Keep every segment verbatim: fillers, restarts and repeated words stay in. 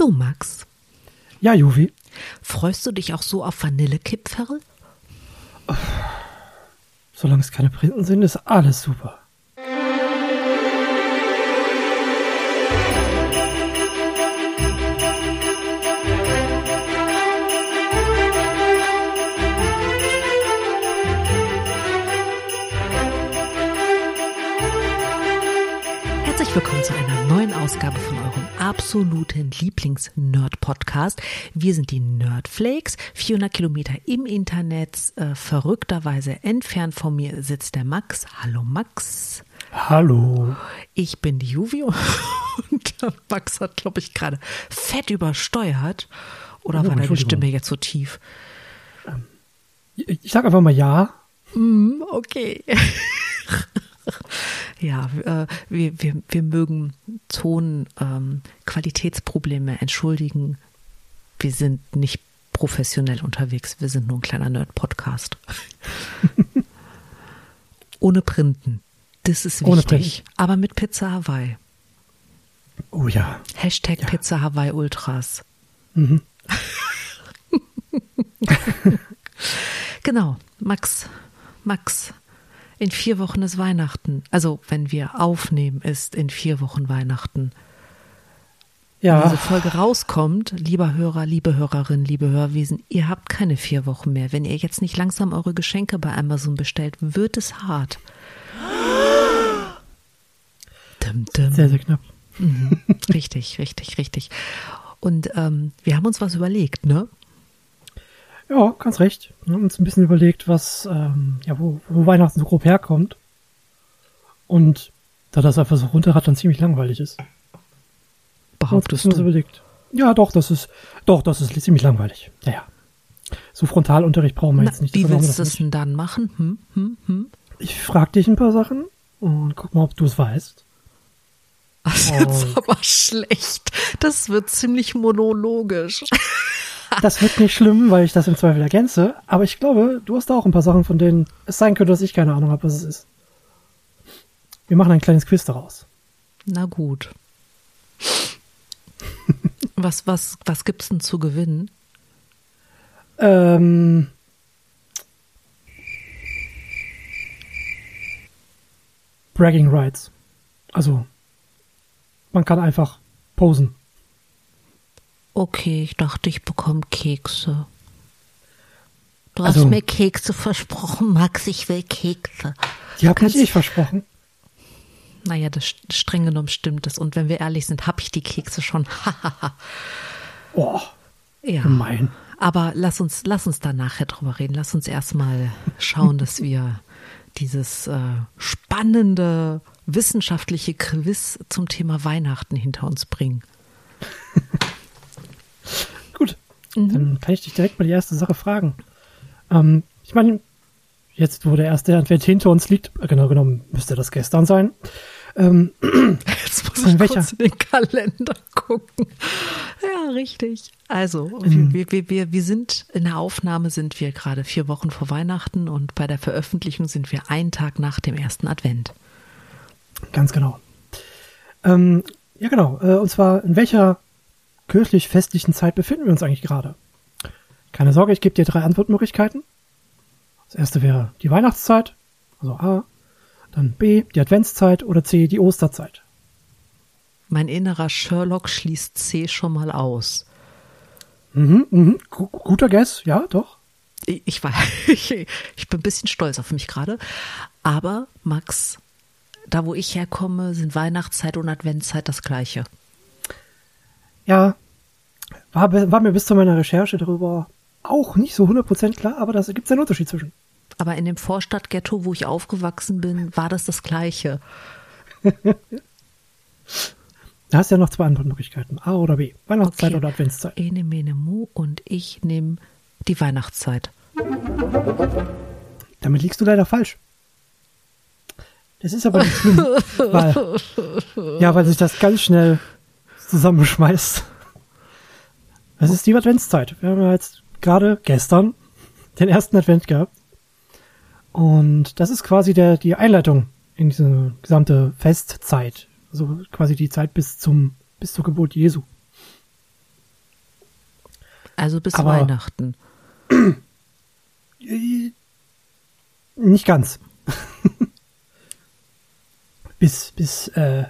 Du, Max. Ja, Juvi. Freust du dich auch so auf Vanillekipferl? Solange es keine Printen sind, ist alles super. Herzlich willkommen zu einer neuen Ausgabe von eurem absoluten Lieblings-Nerd-Podcast. Wir sind die Nerdflakes, vierhundert Kilometer im Internet, äh, verrückterweise entfernt von mir sitzt der Max. Hallo Max. Hallo. Ich bin die Juvi und der Max hat, glaube ich, gerade fett übersteuert. Oder Oh, war deine Stimme jetzt so tief? Ich, ich sag einfach mal ja. Mm, okay. Ja, äh, wir, wir, wir mögen Ton-Qualitätsprobleme ähm, entschuldigen. Wir sind nicht professionell unterwegs. Wir sind nur ein kleiner Nerd-Podcast. Ohne Printen. Das ist Ohne wichtig. Printen. Aber mit Pizza Hawaii. Oh ja. Hashtag Ja. Pizza Hawaii Ultras. Mhm. Genau. Max. Max. In vier Wochen ist Weihnachten. Also, wenn wir aufnehmen, ist in vier Wochen Weihnachten. Wenn Ja. diese Folge rauskommt, lieber Hörer, liebe Hörerin, liebe Hörwesen, ihr habt keine vier Wochen mehr. Wenn ihr jetzt nicht langsam eure Geschenke bei Amazon bestellt, wird es hart. Dim, dim. Sehr, sehr knapp. Mhm. Richtig, richtig, richtig. Und ähm, wir haben uns was überlegt, ne? Ja, ganz recht. Wir haben uns ein bisschen überlegt, was, ähm, ja, wo, wo Weihnachten so grob herkommt. Und da das einfach so runterrattern ziemlich langweilig ist. Behauptest haben wir uns du? überlegt. Ja, doch, das ist, doch, das ist ziemlich langweilig. Ja, ja. So Frontalunterricht brauchen wir Na, jetzt nicht. wie deshalb machen wir willst du das es denn dann machen? Hm, hm, hm? nicht. Ich frag dich ein paar Sachen und guck mal, ob du es weißt. Das ist jetzt Und- aber schlecht. Das wird ziemlich monologisch. Das wird nicht schlimm, weil ich das im Zweifel ergänze. Aber ich glaube, du hast da auch ein paar Sachen, von denen es sein könnte, dass ich keine Ahnung habe, was es ist. Wir machen ein kleines Quiz daraus. Na gut. Was, was, was gibt's denn zu gewinnen? Ähm, Bragging Rights. Also, man kann einfach posen. Okay, ich dachte, ich bekomme Kekse. Du Also- hast mir Kekse versprochen, Max, ich will Kekse. Die habe nicht Kannst- ich versprochen. Naja, das streng genommen stimmt es. Und wenn wir ehrlich sind, habe ich die Kekse schon. Oh, Ja. gemein. Aber lass uns, lass uns da nachher drüber reden. Lass uns erstmal schauen, dass wir dieses äh, spannende wissenschaftliche Quiz zum Thema Weihnachten hinter uns bringen. Gut, Mhm. dann kann ich dich direkt mal die erste Sache fragen. Ähm, ich meine, jetzt, wo der erste Advent hinter uns liegt, äh, genau genommen müsste das gestern sein. Ähm, Jetzt muss In ich welcher? kurz in den Kalender gucken. Ja, richtig. Also, In- wir, wir, wir, wir sind, in der Aufnahme sind wir gerade vier Wochen vor Weihnachten und bei der Veröffentlichung sind wir einen Tag nach dem ersten Advent. Ganz genau. Ähm, ja, genau. Äh, und zwar, in welcher kirchlich-festlichen Zeit befinden wir uns eigentlich gerade? Keine Sorge, ich gebe dir drei Antwortmöglichkeiten. Das erste wäre die Weihnachtszeit, also A. Dann B, die Adventszeit oder C, die Osterzeit. Mein innerer Sherlock schließt C schon mal aus. Mhm, mhm. Gu- guter Guess, ja, doch. Ich, ich, war, ich, ich bin ein bisschen stolz auf mich gerade. Aber, Max, da wo ich herkomme, sind Weihnachtszeit und Adventszeit das Gleiche. Ja, war, be- war mir bis zu meiner Recherche darüber auch nicht so hundert Prozent klar, aber da gibt es einen Unterschied zwischen. Aber in dem Vorstadtghetto, wo ich aufgewachsen bin, war das das Gleiche. Da hast du ja noch zwei Antwortmöglichkeiten, A oder B, Weihnachtszeit Okay. oder Adventszeit. Ene, mene, mu und ich nehme die Weihnachtszeit. Damit liegst du leider falsch. Das ist aber nicht schlimm, weil, ja, weil sich das ganz schnell zusammenschmeißt. Das ist die Adventszeit. Wir haben ja jetzt gerade gestern den ersten Advent gehabt. Und das ist quasi der, die Einleitung in diese gesamte Festzeit. Also quasi die Zeit bis zum, bis zur Geburt Jesu. Also bis Aber- Weihnachten. Äh, Nicht ganz. bis, bis, äh,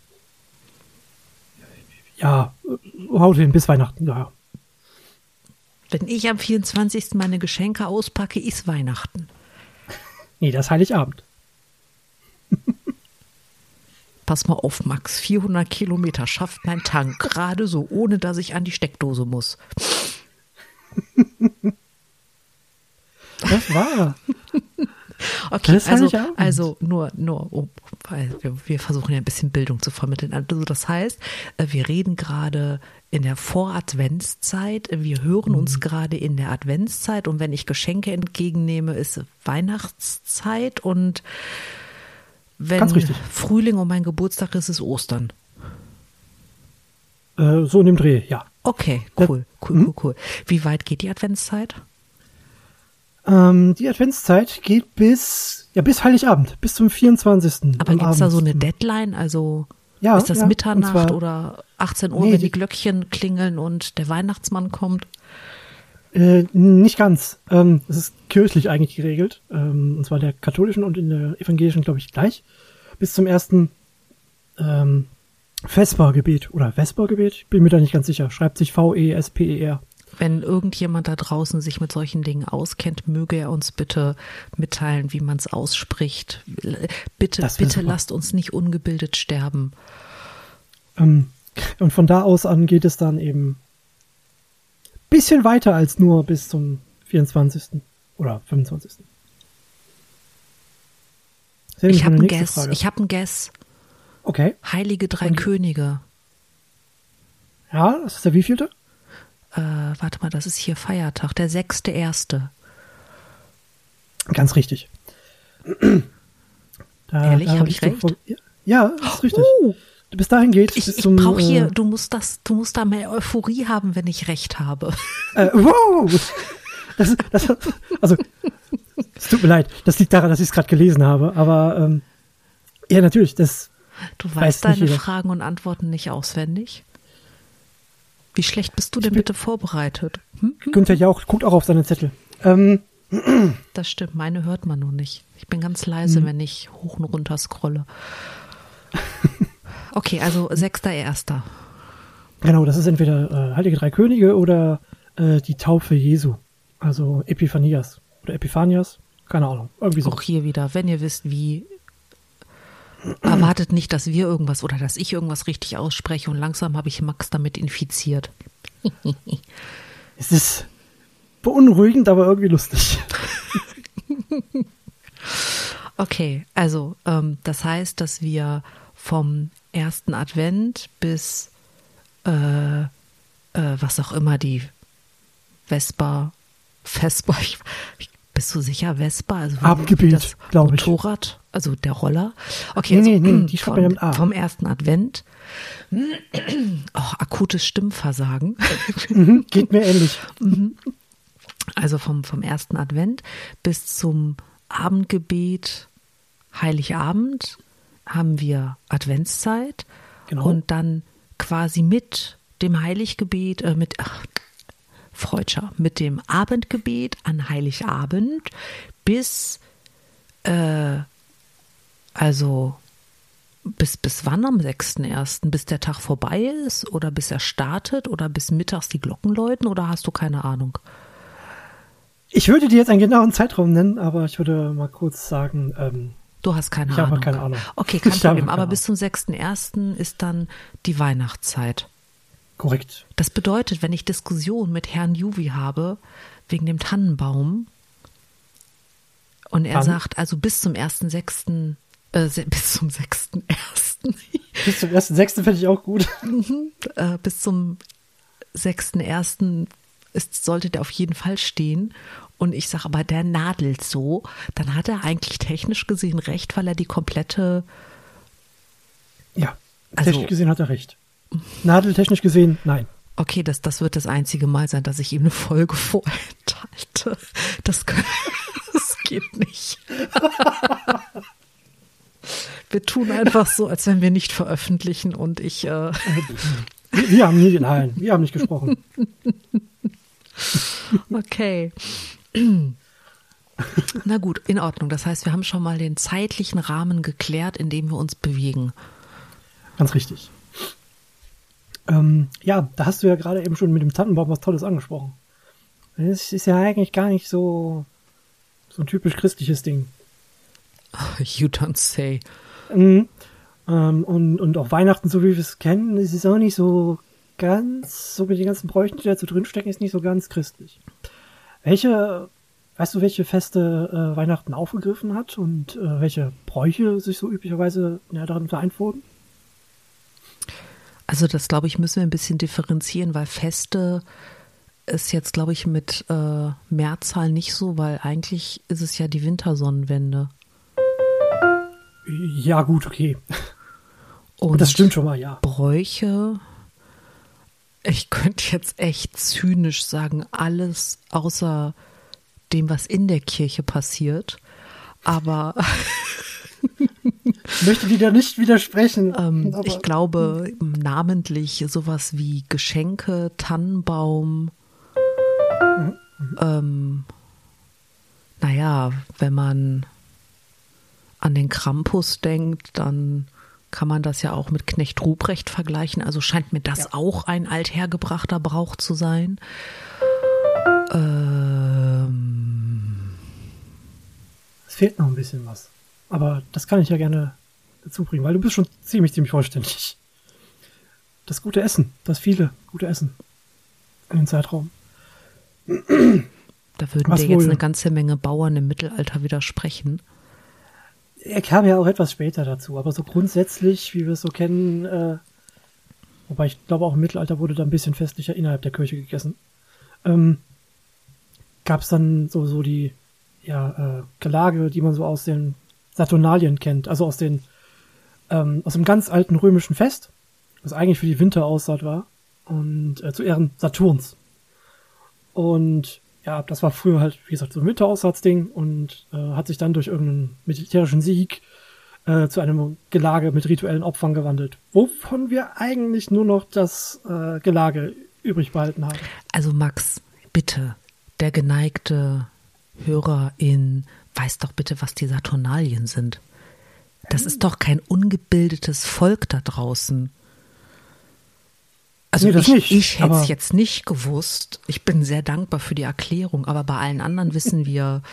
ja, haut hin, bis Weihnachten, ja. Wenn ich am vierundzwanzigsten meine Geschenke auspacke, ist Weihnachten. Nee, das ist Heiligabend. Pass mal auf, Max, vierhundert Kilometer schafft mein Tank gerade so, ohne dass ich an die Steckdose muss. Das war. Okay, Das ist also, Heiligabend. also nur, nur, oh, weil wir, wir versuchen ja ein bisschen Bildung zu vermitteln. Also das heißt, äh, wir reden gerade in der Voradventszeit, wir hören uns gerade in der Adventszeit und wenn ich Geschenke entgegennehme, ist Weihnachtszeit und wenn Ganz richtig. Frühling und mein Geburtstag ist, ist Ostern. Äh, so in dem Dreh, ja. Okay, Das- cool, cool, cool, cool. Wie weit geht die Adventszeit? Ähm, die Adventszeit geht bis, ja, bis Heiligabend, bis zum vierundzwanzigsten Aber am gibt es da so Abend. eine Deadline? Also Ja, ist das ja, und Mitternacht zwar- oder achtzehn Uhr, Nee, wenn die die- Glöckchen klingeln und der Weihnachtsmann kommt? Äh, nicht ganz. Ähm, es ist kirchlich eigentlich geregelt. Ähm, und zwar der katholischen und in der evangelischen, glaube ich, gleich. Bis zum ersten ähm, Vespergebet oder Vespergebet. Bin mir da nicht ganz sicher. Schreibt sich V E S P E R. Wenn irgendjemand da draußen sich mit solchen Dingen auskennt, möge er uns bitte mitteilen, wie man es ausspricht. Bitte, Das wär bitte super. lasst uns nicht ungebildet sterben. Ähm, und von da aus an geht es dann eben bisschen weiter als nur bis zum vierundzwanzigsten oder fünfundzwanzigsten Das wäre Ich habe meine einen nächste Guess. Frage. Ich habe einen Guess. Okay. Heilige Drei Und- Könige. Ja, das ist der wievielte? Äh, warte mal, das ist hier Feiertag, der sechste Erste. Ganz richtig. Da, Ehrlich, da hab ich liegst du recht? vor- Ja, ja, das ist richtig. Uh, Bis dahin geht ich bis ich zum. brauche hier, äh, du musst das, du musst da mehr Euphorie haben, wenn ich recht habe. Äh, wow! Das, das, also, es tut mir leid, das liegt daran, dass ich es gerade gelesen habe, aber ähm, ja, natürlich, das Du Weiß weißt nicht deine jeder. Fragen und Antworten nicht auswendig? Wie schlecht bist du denn bin- bitte vorbereitet? Hm? Günther Jauch guckt auch auf seine Zettel. Ähm, Das stimmt, meine hört man nur nicht. Ich bin ganz leise, Hm. wenn ich hoch und runter scrolle. Okay, also sechster Erster. genau, das ist entweder äh, Heilige Drei Könige oder äh, die Taufe Jesu, also Epiphanias oder Epiphanias, keine Ahnung, irgendwie so. Auch hier wieder, wenn ihr wisst, wie, erwartet nicht, dass wir irgendwas oder dass ich irgendwas richtig ausspreche und langsam habe ich Max damit infiziert. Es ist beunruhigend, aber irgendwie lustig. Okay, also ähm, das heißt, dass wir vom ersten Advent bis äh, äh, was auch immer die Vespa, Vespa, ich, ich, bist du sicher Vespa? Also wie- Abgebet, wie das glaub ich. Motorrad, also der Roller. Okay, Nee, also, nee, nee, die schreibt man ja von, mit A. vom ersten Advent. Oh, akutes Stimmversagen. Mhm, geht mir ähnlich. Also vom, vom ersten Advent bis zum Abendgebet, Heiligabend, haben wir Adventszeit. Genau. Und dann quasi mit dem Heiliggebet, äh, mit, ach, Freudscher, mit dem Abendgebet an Heiligabend bis, äh, also bis, bis wann am sechsten Ersten? Bis der Tag vorbei ist oder bis er startet oder bis mittags die Glocken läuten oder hast du keine Ahnung? Ich würde dir jetzt einen genauen Zeitraum nennen, aber ich würde mal kurz sagen, ähm, Du hast keine Ich Ahnung. habe keine Ahnung. Okay, kein Ich habe Problem. keine Aber bis zum sechsten Ersten ist dann die Weihnachtszeit. korrekt. Das bedeutet, wenn ich Diskussion mit Herrn Juvi habe, wegen dem Tannenbaum, und er Dann? sagt, also bis zum ersten sechsten Äh, se- bis zum sechsten Ersten Bis zum ersten sechsten fände ich auch gut. äh, bis zum sechsten Ersten ist, sollte der auf jeden Fall stehen. Und ich sage, aber der nadelt so, dann hat er eigentlich technisch gesehen recht, weil er die komplette, Ja, Also- technisch gesehen hat er recht. Nadeltechnisch gesehen, nein. okay, das, das wird das einzige Mal sein, dass ich ihm eine Folge vorenthalte. Das, kann- das geht nicht. Wir tun einfach so, als wenn wir nicht veröffentlichen und ich, äh, Wir, wir haben nie, nein, wir haben nicht gesprochen. Okay. Na gut, in Ordnung. Das heißt, wir haben schon mal den zeitlichen Rahmen geklärt, in dem wir uns bewegen. Ganz richtig. Ähm, ja, da hast du ja gerade eben schon mit dem Tannenbaum was Tolles angesprochen. Das ist ja eigentlich gar nicht so, so ein typisch christliches Ding. You don't say. Mhm. Ähm, und, und auch Weihnachten, so wie wir es kennen, es ist auch nicht so ganz, so mit den ganzen Bräuchen, die da so drinstecken, ist nicht so ganz christlich. Welche, weißt du, welche Feste äh, Weihnachten aufgegriffen hat und äh, welche Bräuche sich so üblicherweise ja, darin vereint wurden? Also das, glaube ich, müssen wir ein bisschen differenzieren, weil Feste ist jetzt, glaube ich, mit äh, Mehrzahl nicht so, weil eigentlich ist es ja die Wintersonnenwende. Ja, gut, okay. Und das stimmt schon mal, ja. Bräuche, ich könnte jetzt echt zynisch sagen, alles außer dem, was in der Kirche passiert. Aber ich möchte dir da nicht widersprechen. ähm, ich glaube, namentlich sowas wie Geschenke, Tannenbaum, Mhm. ähm, naja, wenn man an den Krampus denkt, dann kann man das ja auch mit Knecht Ruprecht vergleichen. Also scheint mir das ja auch ein althergebrachter Brauch zu sein. Ähm, es fehlt noch ein bisschen was. Aber das kann ich ja gerne dazu bringen, weil du bist schon ziemlich, ziemlich vollständig. Das gute Essen, das viele gute Essen in den Zeitraum. Da würden was dir jetzt wohl? eine ganze Menge Bauern im Mittelalter widersprechen. Er kam ja auch etwas später dazu, aber so grundsätzlich, wie wir es so kennen, äh, wobei ich glaube auch im Mittelalter wurde da ein bisschen festlicher innerhalb der Kirche gegessen, ähm, gab es dann so, so die ja, äh, Gelage, die man so aus den Saturnalien kennt, also aus den ähm, aus dem ganz alten römischen Fest, was eigentlich für die Winteraussaat war und äh, zu Ehren Saturns. Und ja, das war früher halt, wie gesagt, so ein Winteraussatzding und äh, hat sich dann durch irgendeinen militärischen Sieg äh, zu einem Gelage mit rituellen Opfern gewandelt, wovon wir eigentlich nur noch das äh, Gelage übrig behalten haben. Also Max, bitte, der geneigte Hörerin weiß doch bitte, was die Saturnalien sind. Das ist doch kein ungebildetes Volk da draußen. Also nee, das ich, nicht, ich hätte aber es jetzt nicht gewusst. Ich bin sehr dankbar für die Erklärung, aber bei allen anderen wissen wir.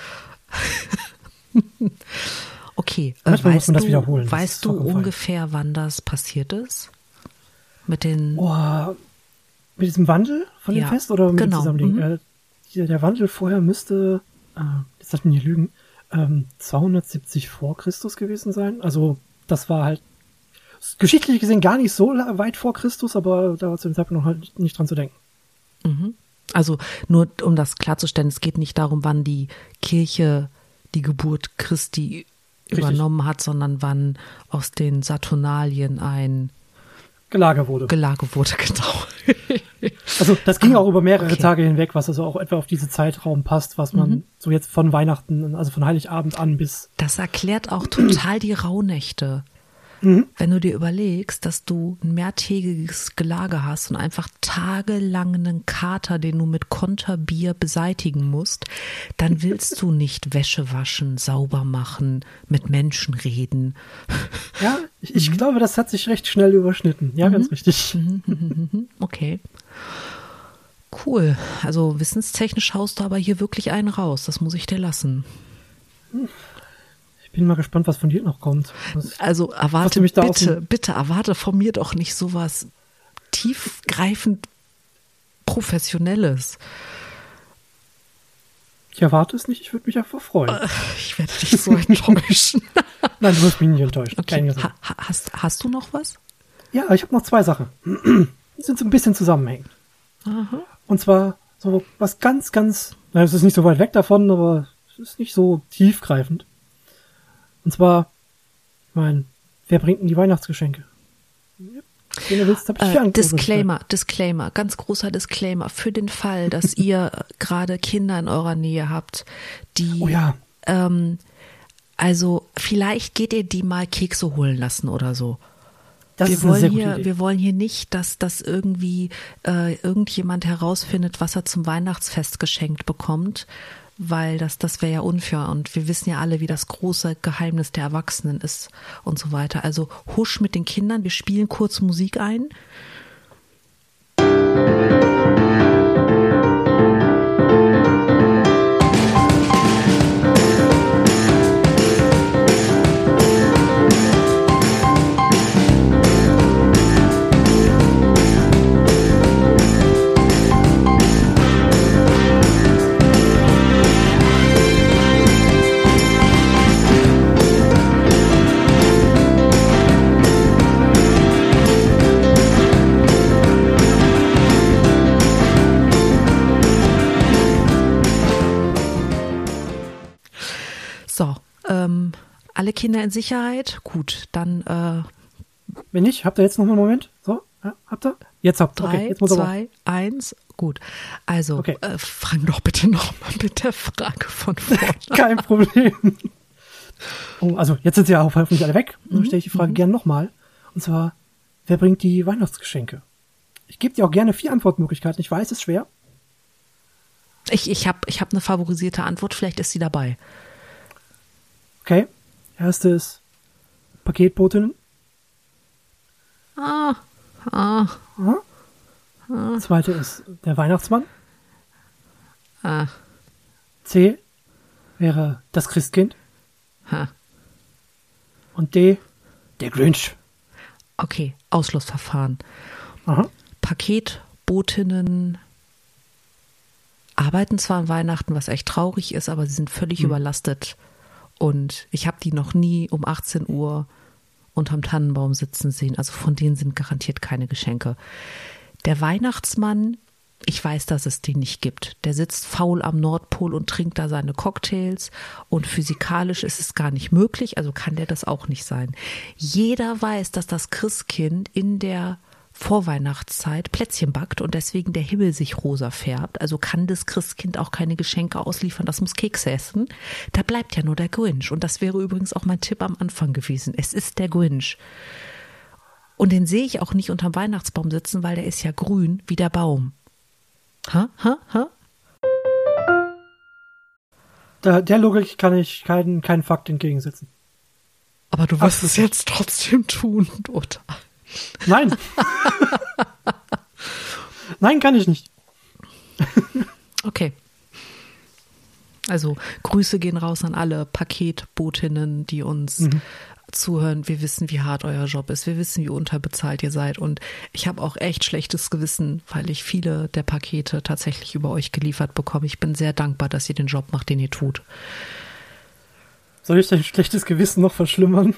Okay, äh, manchmal muss weißt man das du, wiederholen. Das weißt ist du vollkommen fein. ungefähr, wann das passiert ist? Mit den Oh, mit diesem Wandel von dem Ja, Fest oder mit genau, dem Zusammenlegen? mhm. Äh, der, der Wandel vorher müsste, äh, jetzt lass mich nicht lügen, ähm, zweihundertsiebzig vor Christus gewesen sein. Also das war halt geschichtlich gesehen gar nicht so la- weit vor Christus, aber da war zu dem Zeitpunkt noch halt nicht dran zu denken. Mhm. Also nur um das klarzustellen, es geht nicht darum, wann die Kirche die Geburt Christi Richtig. übernommen hat, sondern wann aus den Saturnalien ein Gelage wurde. Gelage wurde, genau. Also das ging Ah, auch über mehrere okay. Tage hinweg, was also auch etwa auf diese Zeitraum passt, was man Mhm. so jetzt von Weihnachten, also von Heiligabend an bis... Das erklärt auch total die Rauhnächte. Mhm. Wenn du dir überlegst, dass du ein mehrtägiges Gelage hast und einfach tagelang einen Kater, den du mit Konterbier beseitigen musst, dann willst du nicht Wäsche waschen, sauber machen, mit Menschen reden. Ja, ich, ich glaube, das hat sich recht schnell überschnitten. Ja, ganz richtig. Okay. Cool. Also wissenstechnisch haust du aber hier wirklich einen raus. Das muss ich dir lassen. Ich bin mal gespannt, was von dir noch kommt. Was, Also was erwarte du mich da bitte, auf den- bitte erwarte von mir doch nicht sowas tiefgreifend Professionelles. Ich erwarte es nicht, ich würde mich einfach freuen. Ich werde dich so enttäuschen. Nein, du wirst mich nicht enttäuscht. Okay. Keine Sorge. Ha, ha- hast, hast du noch was? Ja, ich habe noch zwei Sachen. Die sind so ein bisschen zusammenhängend. Aha. Und zwar so was ganz, ganz, na, es ist nicht so weit weg davon, aber es ist nicht so tiefgreifend. Und zwar, ich mein, wer bringt denn die Weihnachtsgeschenke? Wenn du willst, hab ich Äh, vier Antworten. Disclaimer, Disclaimer, ganz großer Disclaimer. Für den Fall, dass ihr gerade Kinder in eurer Nähe habt, die, Oh ja. ähm, also vielleicht geht ihr die mal Kekse holen lassen oder so. Das wir ist eine wollen sehr gute hier, Idee. wir wollen hier nicht, dass das irgendwie äh, irgendjemand herausfindet, was er zum Weihnachtsfest geschenkt bekommt, weil das, das wäre ja unfair und wir wissen ja alle, wie das große Geheimnis der Erwachsenen ist und so weiter. Also husch mit den Kindern, wir spielen kurz Musik ein. So, ähm, alle Kinder in Sicherheit? Gut, dann äh, Wenn nicht, habt ihr jetzt noch mal einen Moment? So, ja, habt ihr? Jetzt habt ihr. drei, Okay, jetzt muss er zwei, eins, gut. Also, Okay. äh, fang doch bitte nochmal mit der Frage von vorne. Kein Problem. Oh, also, jetzt sind sie ja auch hoffentlich alle weg. Dann stelle ich die Frage gerne nochmal. Und zwar, wer bringt die Weihnachtsgeschenke? Ich gebe dir auch gerne vier Antwortmöglichkeiten. Ich weiß, es ist schwer. Ich, ich habe ich hab eine favorisierte Antwort, vielleicht ist sie dabei. Okay. Erste ist Paketbotinnen. Ah, ah, Aha. Zweite ist der Weihnachtsmann. ah, C wäre das Christkind. ha. Und D, der Grinch. Okay, Ausschlussverfahren. Aha. Paketbotinnen arbeiten zwar an Weihnachten, was echt traurig ist, aber sie sind völlig überlastet. Und ich habe die noch nie um achtzehn Uhr unterm Tannenbaum sitzen sehen. Also von denen sind garantiert keine Geschenke. Der Weihnachtsmann, ich weiß, dass es den nicht gibt. Der sitzt faul am Nordpol und trinkt da seine Cocktails. Und physikalisch ist es gar nicht möglich, also kann der das auch nicht sein. Jeder weiß, dass das Christkind in der Vorweihnachtszeit Plätzchen backt und deswegen der Himmel sich rosa färbt. Also kann das Christkind auch keine Geschenke ausliefern, das muss Kekse essen. Da bleibt ja nur der Grinch. Und das wäre übrigens auch mein Tipp am Anfang gewesen. Es ist der Grinch. Und den sehe ich auch nicht unterm Weihnachtsbaum sitzen, weil der ist ja grün wie der Baum. Ha, ha, ha? Da, der Logik kann ich keinen, keinen Fakt entgegensetzen. Aber du wirst es Absolut. jetzt trotzdem tun, oder? Nein. Nein, kann ich nicht. Okay. Also Grüße gehen raus an alle Paketbotinnen, die uns Mhm. zuhören. Wir wissen, wie hart euer Job ist. Wir wissen, wie unterbezahlt ihr seid. Und ich habe auch echt schlechtes Gewissen, weil ich viele der Pakete tatsächlich über euch geliefert bekomme. Ich bin sehr dankbar, dass ihr den Job macht, den ihr tut. Soll ich dein schlechtes Gewissen noch verschlimmern?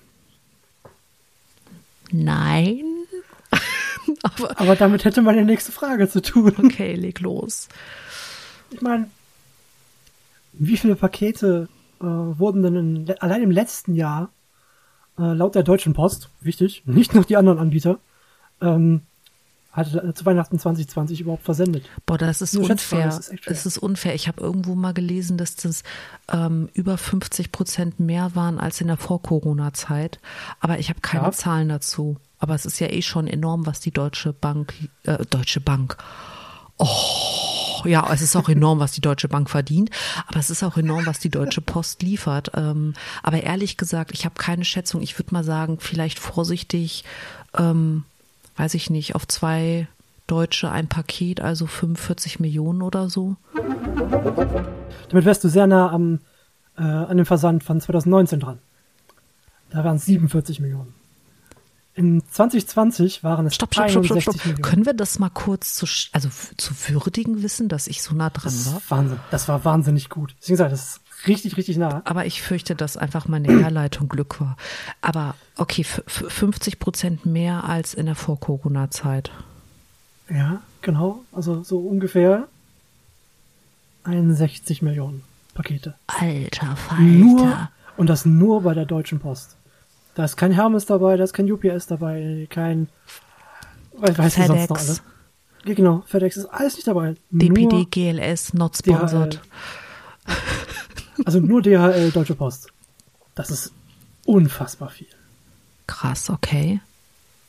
Nein. Aber Aber damit hätte meine nächste Frage zu tun. okay, leg los. Ich meine, wie viele Pakete äh, wurden denn in, allein im letzten Jahr äh, laut der Deutschen Post, wichtig, nicht noch die anderen Anbieter, ähm, hat äh, zu Weihnachten zwanzig zwanzig überhaupt versendet? Boah, das ist Nur Schätzfrage, unfair. das ist echt schwer. Es ist unfair. Ich habe irgendwo mal gelesen, dass das ähm, über fünfzig Prozent mehr waren als in der Vor-Corona-Zeit. Aber ich habe keine Ja. Zahlen dazu. Aber es ist ja eh schon enorm, was die Deutsche Bank, äh, Deutsche Bank, oh, ja, es ist auch enorm, was die Deutsche Bank verdient. Aber es ist auch enorm, was die Deutsche Post liefert. Ähm, aber ehrlich gesagt, ich habe keine Schätzung. Ich würde mal sagen, vielleicht vorsichtig, ähm, weiß ich nicht, auf zwei Deutsche ein Paket, also fünfundvierzig Millionen oder so. Damit wärst du sehr nah am, äh, an dem Versand von zwanzig neunzehn dran. Da waren es siebenundvierzig Millionen. In zwanzig zwanzig waren es Stopp, stopp, stopp, stopp, einundsechzig stopp. Millionen. Können wir das mal kurz zu, sch- also f- zu würdigen wissen, dass ich so nah dran Das war? ist Wahnsinn. Das war wahnsinnig gut. Deswegen sage ich, das ist richtig, richtig nah. Aber ich fürchte, dass einfach meine Herleitung Glück war. Aber okay, f- f- fünfzig Prozent mehr als in der Vor-Corona-Zeit. Ja, genau. Also so ungefähr einundsechzig Millionen Pakete. Alter Falter. Nur, und das nur bei der Deutschen Post. Da ist kein Hermes dabei, da ist kein U P S dabei, kein, weiß, weiß ich sonst noch alle. FedEx, Ja, genau, FedEx ist alles nicht dabei. D P D, Nur, G L S, not D H L. sponsored. also nur D H L, Deutsche Post. Das ist unfassbar viel. Krass, okay.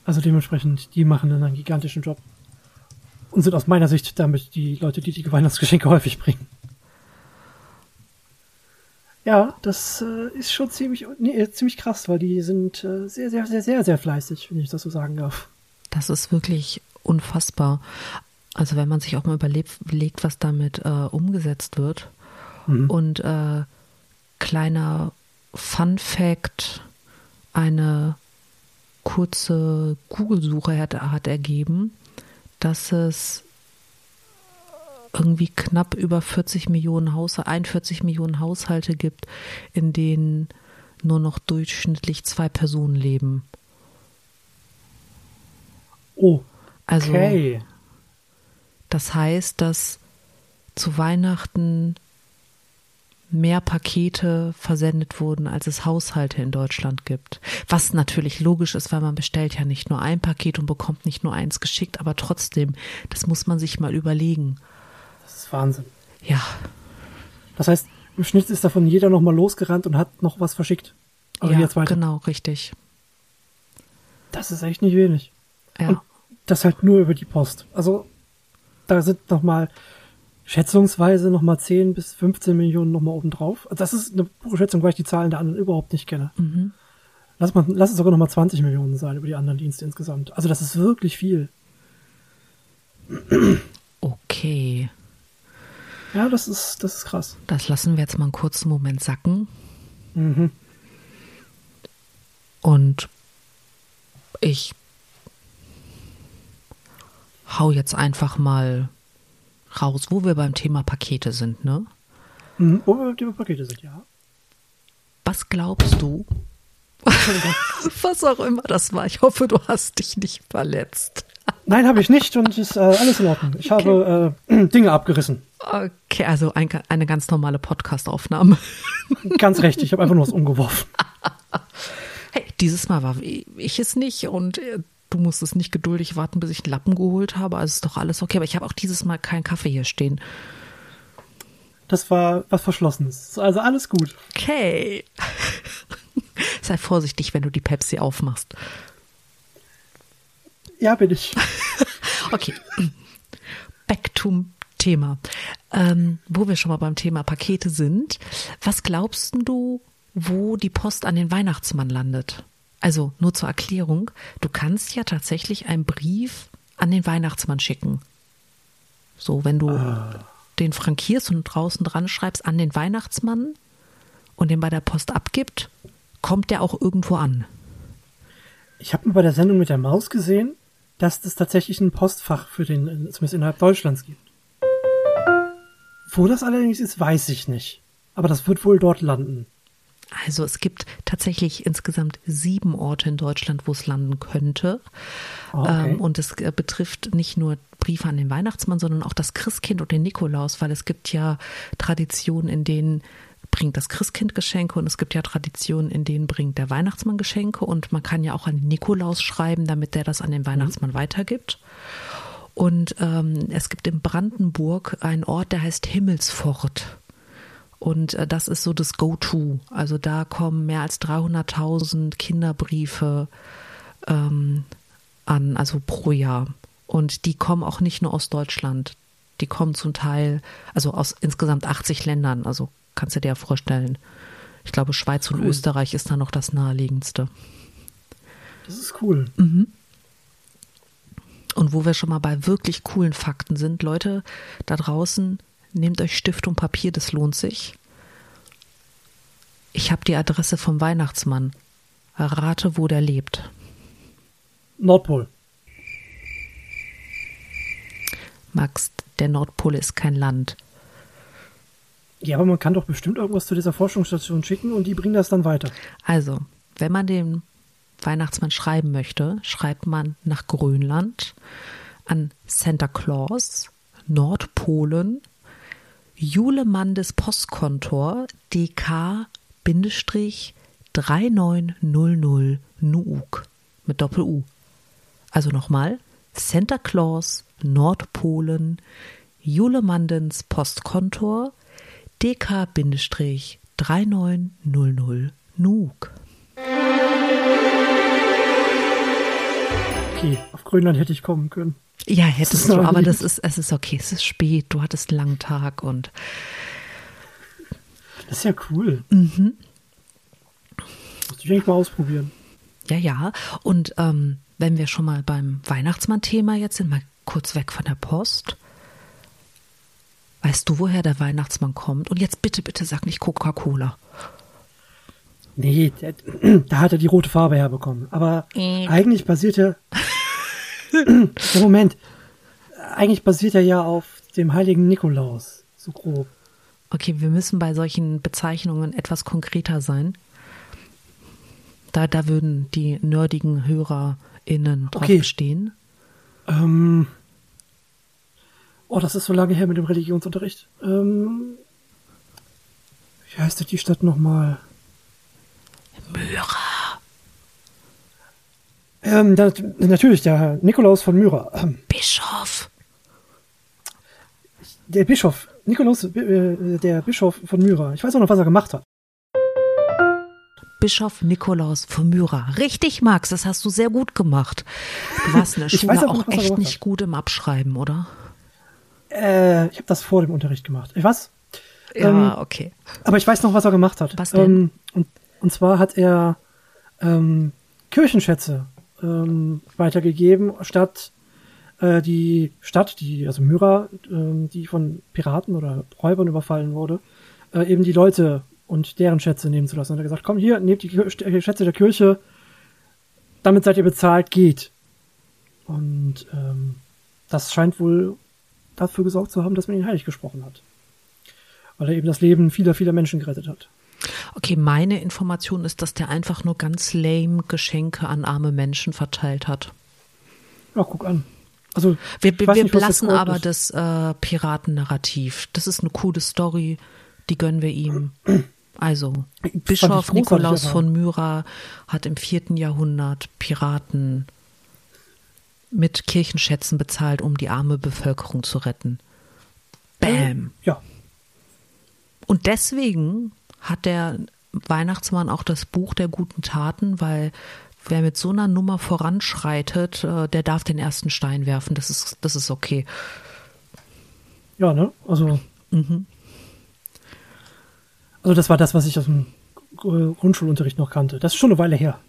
Also dementsprechend, die machen dann einen gigantischen Job. Und sind aus meiner Sicht damit die Leute, die die Weihnachtsgeschenke häufig bringen. Ja, das äh, ist schon ziemlich, nee, ziemlich krass, weil die sind äh, sehr, sehr, sehr, sehr, sehr fleißig, wenn ich das so sagen darf. Das ist wirklich unfassbar. Also wenn man sich auch mal überlegt, überlegt was damit äh, umgesetzt wird. Mhm. Und äh, kleiner Fun Fact, eine kurze Google-Suche hat, hat ergeben, dass es irgendwie knapp über vierzig Millionen Haushalte, einundvierzig Millionen Haushalte gibt, in denen nur noch durchschnittlich zwei Personen leben. Oh, also, okay. Das heißt, dass zu Weihnachten mehr Pakete versendet wurden, als es Haushalte in Deutschland gibt. Was natürlich logisch ist, weil man bestellt ja nicht nur ein Paket und bekommt nicht nur eins geschickt, aber trotzdem, das muss man sich mal überlegen. Das ist Wahnsinn. Ja. Das heißt, im Schnitt ist davon jeder nochmal losgerannt und hat noch was verschickt. Also ja, jetzt weiter. Genau, richtig. Das ist echt nicht wenig. Ja. Und das halt nur über die Post. Also da sind nochmal schätzungsweise nochmal zehn bis fünfzehn Millionen nochmal oben drauf. Also das ist eine pure Schätzung, weil ich die Zahlen der anderen überhaupt nicht kenne. Mhm. Lass, mal, lass es sogar nochmal zwanzig Millionen sein über die anderen Dienste insgesamt. Also das ist wirklich viel. Okay. Ja, das ist, das ist krass. Das lassen wir jetzt mal einen kurzen Moment sacken. Mhm. Und ich hau jetzt einfach mal raus, wo wir beim Thema Pakete sind, ne? Mhm, wo wir beim Thema Pakete sind, ja. Was glaubst du? Was auch immer das war. Ich hoffe, du hast dich nicht verletzt. Nein, habe ich nicht und ist äh, alles in Ordnung. Ich okay. habe äh, Dinge abgerissen. Okay, also ein, eine ganz normale Podcast-Aufnahme. Ganz recht, ich habe einfach nur was umgeworfen. Hey, dieses Mal war ich es nicht und du musstest nicht geduldig warten, bis ich einen Lappen geholt habe. Also ist doch alles okay. Aber ich habe auch dieses Mal keinen Kaffee hier stehen. Das war was Verschlossenes. Also alles gut. Okay. Sei vorsichtig, wenn du die Pepsi aufmachst. Ja, bin ich. Okay. Back to Thema. Ähm, wo wir schon mal beim Thema Pakete sind. Was glaubst du, wo die Post an den Weihnachtsmann landet? Also nur zur Erklärung, du kannst ja tatsächlich einen Brief an den Weihnachtsmann schicken. So, wenn du ah. den frankierst und draußen dran schreibst an den Weihnachtsmann und den bei der Post abgibt, kommt der auch irgendwo an. Ich habe mal bei der Sendung mit der Maus gesehen, dass es tatsächlich ein Postfach für den, zumindest innerhalb Deutschlands gibt. Wo das allerdings ist, weiß ich nicht. Aber das wird wohl dort landen. Also es gibt tatsächlich insgesamt sieben Orte in Deutschland, wo es landen könnte. Oh, okay. ähm, und es äh, betrifft nicht nur Briefe an den Weihnachtsmann, sondern auch das Christkind und den Nikolaus, weil es gibt ja Traditionen, in denen bringt das Christkind Geschenke und es gibt ja Traditionen, in denen bringt der Weihnachtsmann Geschenke und man kann ja auch an den Nikolaus schreiben, damit der das an den Weihnachtsmann mhm. weitergibt. Und ähm, es gibt in Brandenburg einen Ort, der heißt Himmelsfort. Und äh, das ist so das Go-To. Also da kommen mehr als dreihunderttausend Kinderbriefe ähm, an, also pro Jahr. Und die kommen auch nicht nur aus Deutschland. Die kommen zum Teil, also aus insgesamt achtzig Ländern. Also kannst du dir ja vorstellen. Ich glaube, Schweiz und cool. Österreich ist da noch das naheliegendste. Das ist cool. Mhm. Und wo wir schon mal bei wirklich coolen Fakten sind, Leute da draußen, nehmt euch Stift und Papier, das lohnt sich. Ich habe die Adresse vom Weihnachtsmann. Rate, wo der lebt. Nordpol. Max, der Nordpol ist kein Land. Ja, aber man kann doch bestimmt irgendwas zu dieser Forschungsstation schicken und die bringen das dann weiter. Also, wenn man den Weihnachtsmann schreiben möchte, schreibt man nach Grönland, an Santa Claus, Nordpolen, Julemandes Postkontor D K drei neun null null Nuuk mit Doppel-U. Also nochmal, Santa Claus, Nordpolen, Julemandens Postkontor D K drei neun null null Nuuk. okay. Auf Grönland hätte ich kommen können. Ja, hättest du, aber das ist, es ist okay, es ist spät, du hattest einen langen Tag und. Das ist ja cool. Mhm. Muss ich eigentlich mal ausprobieren. Ja, ja. Und ähm, wenn wir schon mal beim Weihnachtsmann-Thema jetzt sind, mal kurz weg von der Post. Weißt du, woher der Weihnachtsmann kommt? Und jetzt bitte, bitte sag nicht Coca-Cola. Nee, der, da hat er die rote Farbe herbekommen. Aber äh. eigentlich basiert er. Ja, Moment. Eigentlich basiert er ja auf dem heiligen Nikolaus. So grob. Okay, wir müssen bei solchen Bezeichnungen etwas konkreter sein. Da, da würden die nerdigen HörerInnen drauf okay. bestehen. Ähm. Oh, das ist so lange her mit dem Religionsunterricht. Ähm. Wie heißt denn die Stadt nochmal? Myra. Ähm, da, natürlich, der Nikolaus von Myra. Ähm, Bischof. Der Bischof. Nikolaus, äh, der Bischof von Myra. Ich weiß auch noch, was er gemacht hat. Bischof Nikolaus von Myra. Richtig, Max, das hast du sehr gut gemacht. Du warst in der Schule auch, auch nicht, echt nicht gut im Abschreiben, oder? Äh, ich habe das vor dem Unterricht gemacht. Ich was? Ja, ähm, okay. Aber ich weiß noch, was er gemacht hat. Was denn? Ähm, und, und zwar hat er ähm, Kirchenschätze ähm, weitergegeben, statt äh, die Stadt, die also Myra, äh, die von Piraten oder Räubern überfallen wurde, äh, eben die Leute und deren Schätze nehmen zu lassen. Und er hat gesagt, komm hier, nehmt die Schätze der Kirche, damit seid ihr bezahlt, geht. Und ähm, das scheint wohl dafür gesorgt zu haben, dass man ihn heilig gesprochen hat. Weil er eben das Leben vieler, vieler Menschen gerettet hat. Okay, meine Information ist, dass der einfach nur ganz lame Geschenke an arme Menschen verteilt hat. Ja, guck an. Also, wir wir nicht, lassen das aber ist. das äh, Piratennarrativ. Das ist eine coole Story, die gönnen wir ihm. Also, Bischof Nikolaus von Myra hat im vierten Jahrhundert Piraten mit Kirchenschätzen bezahlt, um die arme Bevölkerung zu retten. Bam. Ja. Und deswegen hat der Weihnachtsmann auch das Buch der guten Taten, weil wer mit so einer Nummer voranschreitet, der darf den ersten Stein werfen. Das ist, das ist okay. Ja, ne? Also. Mhm. Also das war das, was ich aus dem Grundschulunterricht noch kannte. Das ist schon eine Weile her.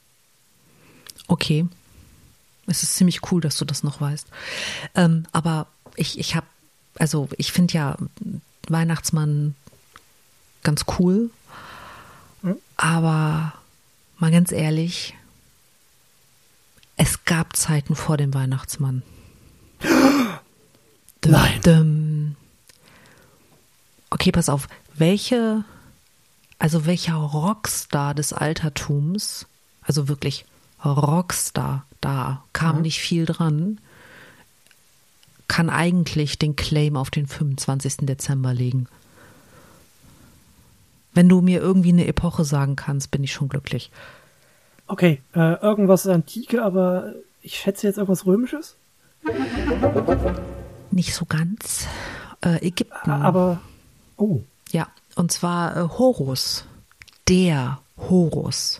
Okay. Es ist ziemlich cool, dass du das noch weißt. Ähm, aber ich, ich habe, also ich finde ja Weihnachtsmann ganz cool. Hm? Aber mal ganz ehrlich, es gab Zeiten vor dem Weihnachtsmann. Nein. Dum. Okay, pass auf. Welche, also welcher Rockstar des Altertums, also wirklich Rockstar, da kam ja. nicht viel dran, kann eigentlich den Claim auf den fünfundzwanzigsten Dezember legen. Wenn du mir irgendwie eine Epoche sagen kannst, bin ich schon glücklich. Okay, äh, irgendwas Antike, aber ich schätze jetzt irgendwas Römisches? Nicht so ganz. Äh, Ägypten. Aber, oh. Ja, und zwar äh, Horus. Der Horus.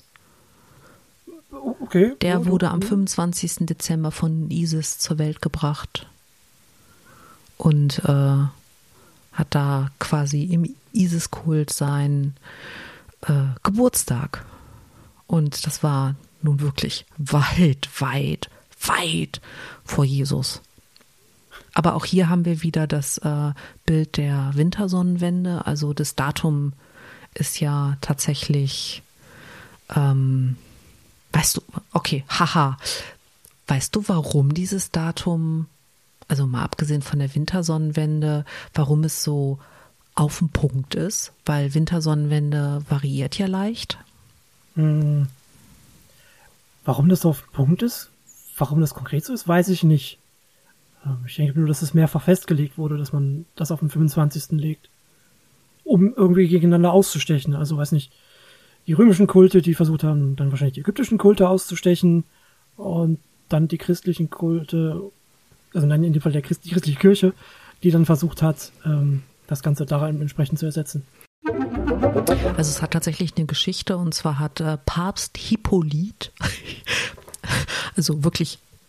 Okay. Der wurde am fünfundzwanzigsten Dezember von Isis zur Welt gebracht und äh, hat da quasi im Isis-Kult seinen äh, Geburtstag. Und das war nun wirklich weit, weit, weit vor Jesus. Aber auch hier haben wir wieder das äh, Bild der Wintersonnenwende. Also das Datum ist ja tatsächlich, ähm, weißt du, okay, haha, weißt du, warum dieses Datum, also mal abgesehen von der Wintersonnenwende, warum es so auf den Punkt ist? Weil Wintersonnenwende variiert ja leicht. Hm. Warum das so auf den Punkt ist? Warum das konkret so ist, weiß ich nicht. Ich denke nur, dass es mehrfach festgelegt wurde, dass man das auf den fünfundzwanzigsten legt, um irgendwie gegeneinander auszustechen. Also weiß nicht, die römischen Kulte, die versucht haben, dann wahrscheinlich die ägyptischen Kulte auszustechen und dann die christlichen Kulte, also nein, in dem Fall der Christ, die christliche Kirche, die dann versucht hat, ähm, das Ganze daran entsprechend zu ersetzen. Also es hat tatsächlich eine Geschichte, und zwar hat äh, Papst Hippolyt, also wirklich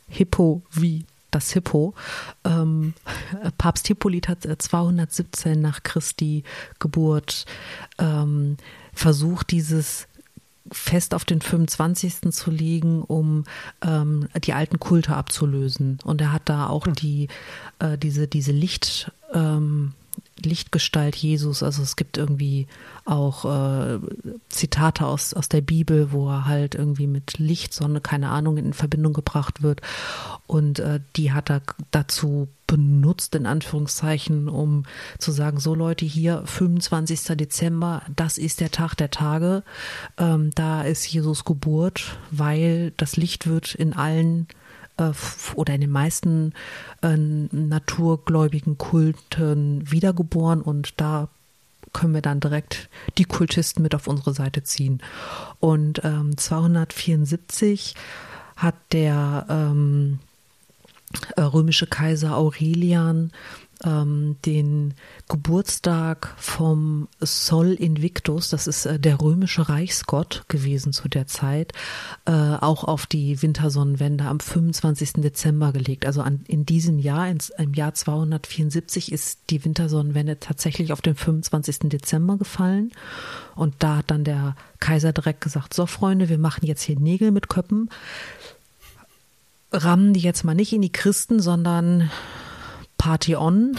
Hippo wie das Hippo. Ähm, Papst Hippolyt hat zweihundertsiebzehn nach Christi Geburt ähm, versucht, dieses Fest auf den fünfundzwanzigsten zu legen, um ähm, die alten Kulte abzulösen. Und er hat da auch die äh, diese diese Licht ähm, Lichtgestalt Jesus, also es gibt irgendwie auch äh, Zitate aus, aus der Bibel, wo er halt irgendwie mit Licht, Sonne, keine Ahnung, in Verbindung gebracht wird. Und äh, die hat er dazu benutzt, in Anführungszeichen, um zu sagen, so Leute, hier fünfundzwanzigsten Dezember, das ist der Tag der Tage, ähm, da ist Jesus Geburt, weil das Licht wird in allen oder in den meisten äh, naturgläubigen Kulten wiedergeboren und da können wir dann direkt die Kultisten mit auf unsere Seite ziehen. Und ähm, zweihundertvierundsiebzig hat der ähm, römische Kaiser Aurelian ähm, den Geburtstag vom Sol Invictus, das ist äh, der römische Reichsgott gewesen zu der Zeit, äh, auch auf die Wintersonnenwende am fünfundzwanzigsten Dezember gelegt. Also an, in diesem Jahr, ins, im Jahr zweihundertvierundsiebzig, ist die Wintersonnenwende tatsächlich auf den fünfundzwanzigsten Dezember gefallen. Und da hat dann der Kaiser direkt gesagt, so Freunde, wir machen jetzt hier Nägel mit Köppen, rammen die jetzt mal nicht in die Christen, sondern Party on.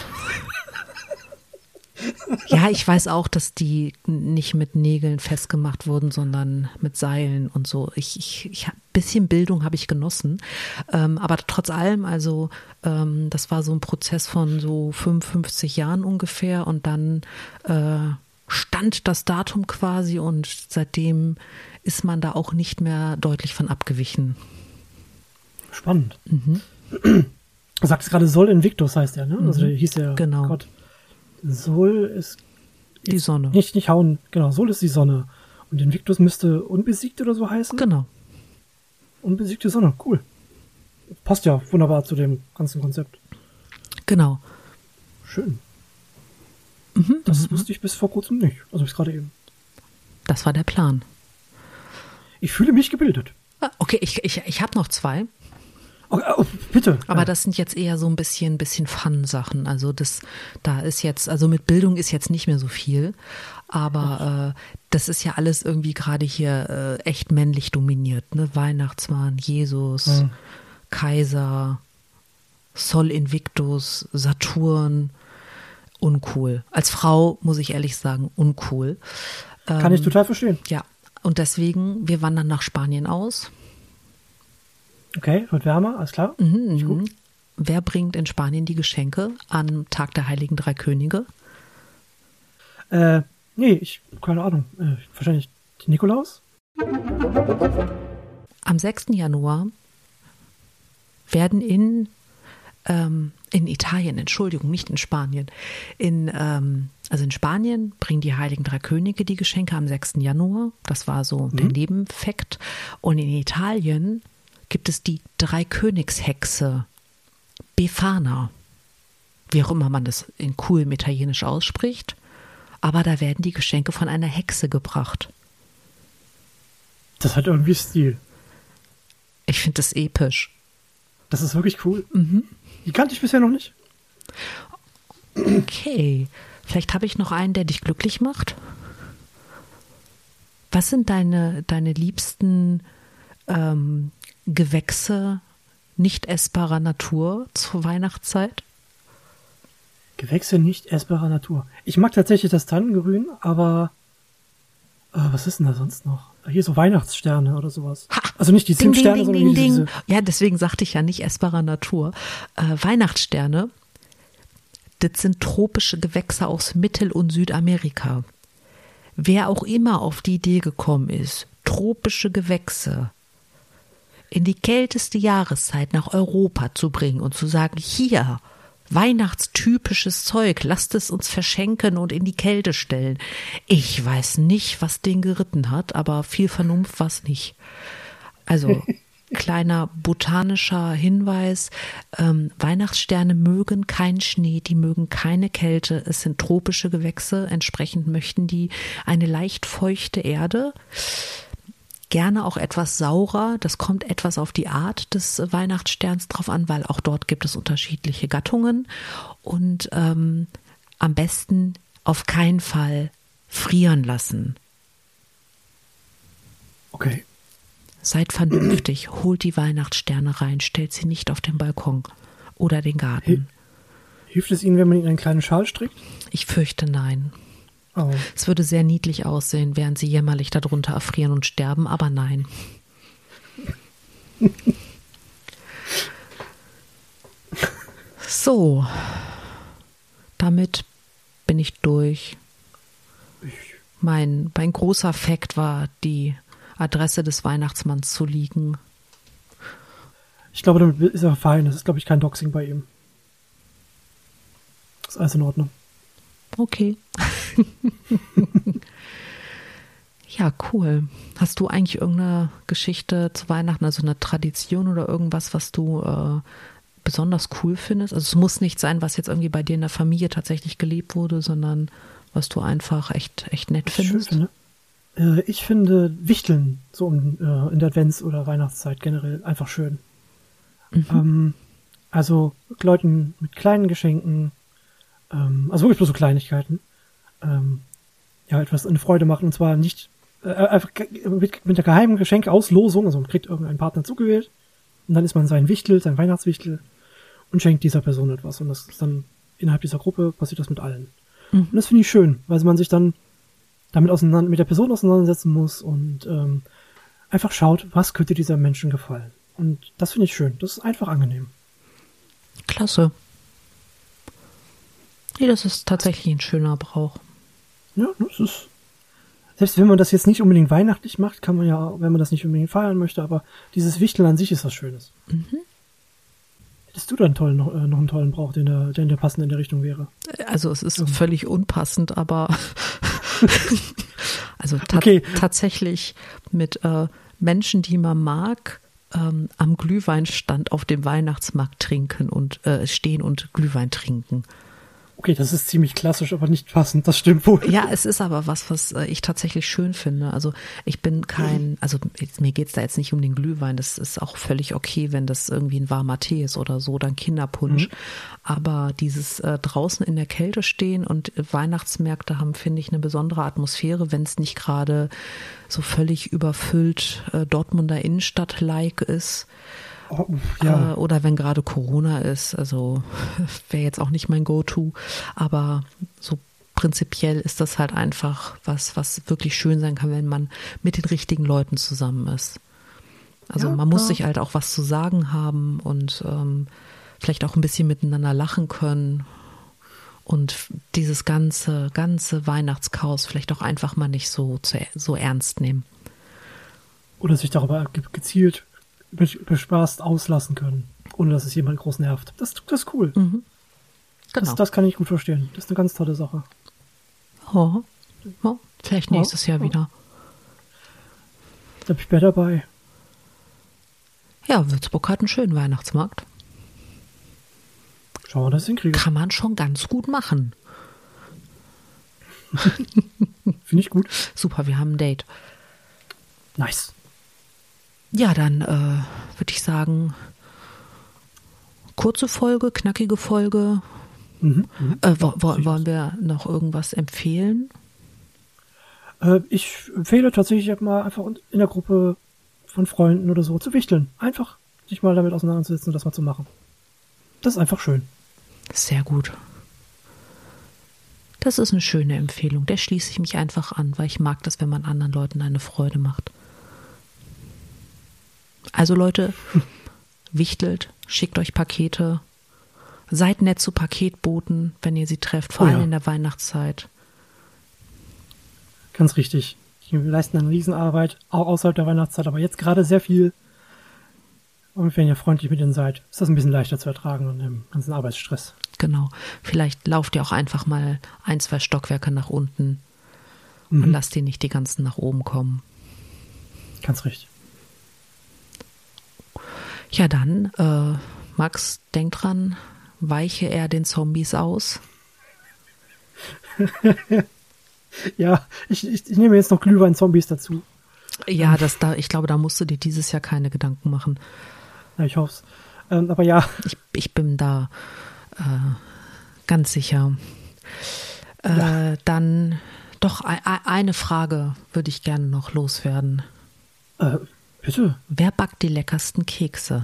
Ja, ich weiß auch, dass die nicht mit Nägeln festgemacht wurden, sondern mit Seilen und so. Ich, ich, ich ein bisschen Bildung habe ich genossen. Ähm, aber trotz allem, also ähm, das war so ein Prozess von so fünfundfünfzig Jahren ungefähr und dann äh, stand das Datum quasi und seitdem ist man da auch nicht mehr deutlich von abgewichen. Spannend. Mhm. Du sagst gerade Sol Invictus heißt der, ne? Mhm. Also der hieß der genau. Gott. Sol ist die Sonne. Nicht, nicht hauen, genau, Sol ist die Sonne. Und Invictus müsste unbesiegt oder so heißen? Genau. Unbesiegte Sonne, cool. Passt ja wunderbar zu dem ganzen Konzept. Genau. Schön. Mhm, das mhm. wusste ich bis vor kurzem nicht. Also bis gerade eben. Das war der Plan. Ich fühle mich gebildet. Okay, ich, ich, ich habe noch zwei. Oh, oh, bitte. Aber ja. Das sind jetzt eher so ein bisschen, bisschen Fun-Sachen. Also das, da ist jetzt, also mit Bildung ist jetzt nicht mehr so viel. Aber äh, das ist ja alles irgendwie gerade hier äh, echt männlich dominiert. Ne? Weihnachtsmann, Jesus, mhm. Kaiser, Sol Invictus, Saturn. Uncool. Als Frau muss ich ehrlich sagen, uncool. Kann ähm, ich total verstehen. Ja. Und deswegen, wir wandern nach Spanien aus. Okay, wird wärmer, alles klar. Mhm, gut. Wer bringt in Spanien die Geschenke am Tag der Heiligen Drei Könige? Äh, nee, ich, keine Ahnung. Äh, wahrscheinlich Nikolaus? Am sechsten Januar werden in, ähm, in Italien, Entschuldigung, nicht in Spanien, in, ähm, also in Spanien bringen die Heiligen Drei Könige die Geschenke am sechsten Januar. Das war so mhm. der Nebenfakt. Und in Italien gibt es die Dreikönigshexe Befana, wie auch immer man das in coolem Italienisch ausspricht, aber da werden die Geschenke von einer Hexe gebracht. Das hat irgendwie Stil. Ich finde das episch. Das ist wirklich cool. Mhm. Die kannte ich bisher noch nicht. Okay, vielleicht habe ich noch einen, der dich glücklich macht. Was sind deine, deine liebsten ähm, Gewächse nicht essbarer Natur zur Weihnachtszeit? Gewächse nicht essbarer Natur. Ich mag tatsächlich das Tannengrün, aber äh, was ist denn da sonst noch? Hier so Weihnachtssterne oder sowas. Ha, also nicht die ding, Zimtsterne, ding, sondern ding, diese, ding. diese... Ja, deswegen sagte ich ja nicht essbarer Natur. Äh, Weihnachtssterne, das sind tropische Gewächse aus Mittel- und Südamerika. Wer auch immer auf die Idee gekommen ist, tropische Gewächse in die kälteste Jahreszeit nach Europa zu bringen und zu sagen, hier, weihnachtstypisches Zeug, lasst es uns verschenken und in die Kälte stellen. Ich weiß nicht, was den geritten hat, aber viel Vernunft war es nicht. Also, kleiner botanischer Hinweis, ähm, Weihnachtssterne mögen keinen Schnee, die mögen keine Kälte, es sind tropische Gewächse, entsprechend möchten die eine leicht feuchte Erde. Gerne auch etwas saurer. Das kommt etwas auf die Art des Weihnachtssterns drauf an, weil auch dort gibt es unterschiedliche Gattungen. Und ähm, am besten auf keinen Fall frieren lassen. Okay. Seid vernünftig, holt die Weihnachtssterne rein, stellt sie nicht auf den Balkon oder den Garten. Hilft es Ihnen, wenn man ihn in einen kleinen Schal strickt? Ich fürchte nein. Oh. Es würde sehr niedlich aussehen, während sie jämmerlich darunter erfrieren und sterben, aber nein. So, damit bin ich durch. Mein, mein großer Fakt war, die Adresse des Weihnachtsmanns zu liegen. Ich glaube, damit ist er fein. Das ist, glaube ich, kein Doxing bei ihm. Das ist alles in Ordnung. Okay. Ja, cool. Hast du eigentlich irgendeine Geschichte zu Weihnachten, also eine Tradition oder irgendwas, was du äh, besonders cool findest? Also es muss nicht sein, was jetzt irgendwie bei dir in der Familie tatsächlich gelebt wurde, sondern was du einfach echt, echt nett was ich findest. Schön finde. Äh, ich finde Wichteln so um, äh, in der Advents- oder Weihnachtszeit generell einfach schön. Mhm. Ähm, also Leuten mit kleinen Geschenken, ähm, also wirklich bloß so Kleinigkeiten, ähm, ja, etwas eine Freude machen, und zwar nicht äh, einfach mit, mit der geheimen Geschenkauslosung, also man kriegt irgendeinen Partner zugewählt und dann ist man sein Wichtel, sein Weihnachtswichtel und schenkt dieser Person etwas, und das ist dann innerhalb dieser Gruppe passiert das mit allen. Mhm. Und das finde ich schön, weil man sich dann damit auseinander, mit der Person auseinandersetzen muss und ähm, einfach schaut, was könnte dieser Menschen gefallen. Und das finde ich schön, das ist einfach angenehm. Klasse. Nee, das ist tatsächlich ein schöner Brauch. Ja, das ist, selbst wenn man das jetzt nicht unbedingt weihnachtlich macht, kann man ja, wenn man das nicht unbedingt feiern möchte, aber dieses Wichteln an sich ist was Schönes. Mhm. Hättest du da einen tollen, noch, äh, noch einen tollen Brauch, der in der, der in der passend in der Richtung wäre? Also es ist mhm. völlig unpassend, aber also ta- okay. tatsächlich mit äh, Menschen, die man mag, ähm, am Glühweinstand auf dem Weihnachtsmarkt trinken und äh, stehen und Glühwein trinken. Okay, das ist ziemlich klassisch, aber nicht passend, das stimmt wohl. Ja, es ist aber was, was ich tatsächlich schön finde. Also ich bin kein, also jetzt, mir geht's da jetzt nicht um den Glühwein, das ist auch völlig okay, wenn das irgendwie ein warmer Tee ist oder so, dann Kinderpunsch. Mhm. Aber dieses äh, draußen in der Kälte stehen und Weihnachtsmärkte haben, finde ich, eine besondere Atmosphäre, wenn es nicht gerade so völlig überfüllt äh, Dortmunder Innenstadt-like ist. Oh, ja. äh, oder wenn gerade Corona ist, also wäre jetzt auch nicht mein Go-To, aber so prinzipiell ist das halt einfach was, was wirklich schön sein kann, wenn man mit den richtigen Leuten zusammen ist. Also ja, man muss ja. sich halt auch was zu sagen haben und ähm, vielleicht auch ein bisschen miteinander lachen können und dieses ganze, ganze Weihnachtschaos vielleicht auch einfach mal nicht so, so ernst nehmen. Oder sich darüber gezielt bespaßt auslassen können, ohne dass es jemand groß nervt. Das, das ist cool. Mhm. Genau. Das, das kann ich gut verstehen. Das ist eine ganz tolle Sache. Oh. Oh. Vielleicht nächstes oh. Jahr wieder. Da bin ich bei dabei. Ja, Würzburg hat einen schönen Weihnachtsmarkt. Schauen wir, das hinkriegen. Kann man schon ganz gut machen. Finde ich gut. Super, wir haben ein Date. Nice. Ja, dann äh, würde ich sagen, kurze Folge, knackige Folge. Mhm, mhm. Äh, wo, wo, wollen wir noch irgendwas empfehlen? Äh, ich empfehle tatsächlich mal einfach in der Gruppe von Freunden oder so zu wichteln. Einfach sich mal damit auseinanderzusetzen und das mal zu machen. Das ist einfach schön. Sehr gut. Das ist eine schöne Empfehlung. Der schließe ich mich einfach an, weil ich mag das, wenn man anderen Leuten eine Freude macht. Also Leute, wichtelt, schickt euch Pakete, seid nett zu Paketboten, wenn ihr sie trefft, vor oh allem ja. in der Weihnachtszeit. Ganz richtig. Die leisten eine Riesenarbeit, auch außerhalb der Weihnachtszeit, aber jetzt gerade sehr viel. Und wenn ihr freundlich mit ihnen seid, ist das ein bisschen leichter zu ertragen und im ganzen Arbeitsstress. Genau. Vielleicht lauft ihr auch einfach mal ein, zwei Stockwerke nach unten mhm. und lasst die nicht die ganzen nach oben kommen. Ganz richtig. Ja, dann, äh, Max, denk dran, weiche er den Zombies aus. Ja, ich, ich, ich nehme jetzt noch Glühwein-Zombies dazu. Ja, das da, ich glaube, da musst du dir dieses Jahr keine Gedanken machen. Ja, ich hoffe es. Ähm, aber ja. Ich, ich bin da äh, ganz sicher. Äh, ja. Dann doch e- eine Frage würde ich gerne noch loswerden. Äh, bitte? Wer backt die leckersten Kekse?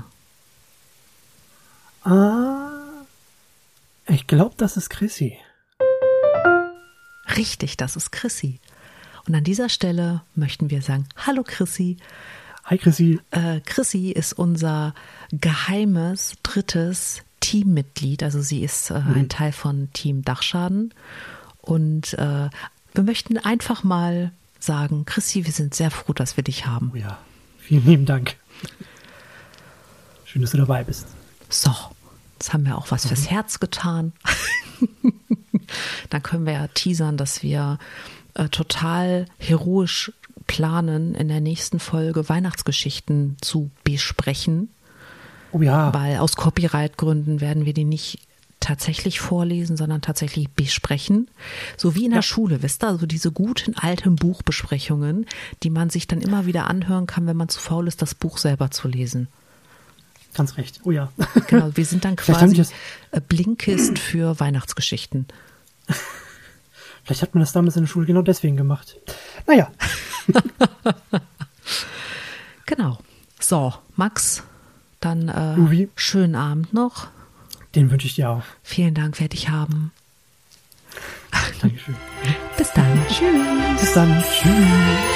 Ah, ich glaube, das ist Chrissy. Richtig, das ist Chrissy. Und an dieser Stelle möchten wir sagen, hallo Chrissy. Hi Chrissy. Äh, Chrissy ist unser geheimes drittes Teammitglied. Also sie ist äh, mhm. ein Teil von Team Dachschaden. Und äh, wir möchten einfach mal sagen, Chrissy, wir sind sehr froh, dass wir dich haben. Oh ja, vielen lieben Dank. Schön, dass du dabei bist. So, jetzt haben wir auch was mhm. fürs Herz getan. Dann können wir ja teasern, dass wir äh, total heroisch planen, in der nächsten Folge Weihnachtsgeschichten zu besprechen. Oh ja. Weil aus Copyright-Gründen werden wir die nicht tatsächlich vorlesen, sondern tatsächlich besprechen. So wie in der ja. Schule, wisst ihr, also diese guten alten Buchbesprechungen, die man sich dann immer wieder anhören kann, wenn man zu faul ist, das Buch selber zu lesen. Ganz recht, oh ja. Genau, wir sind dann quasi Blinkist für Weihnachtsgeschichten. Vielleicht hat man das damals in der Schule genau deswegen gemacht. Naja. Genau. So, Max, dann äh, schönen Abend noch. Den wünsche ich dir auch. Vielen Dank, werde ich haben. Dankeschön. Bis dann. Tschüss. Bis dann. Tschüss.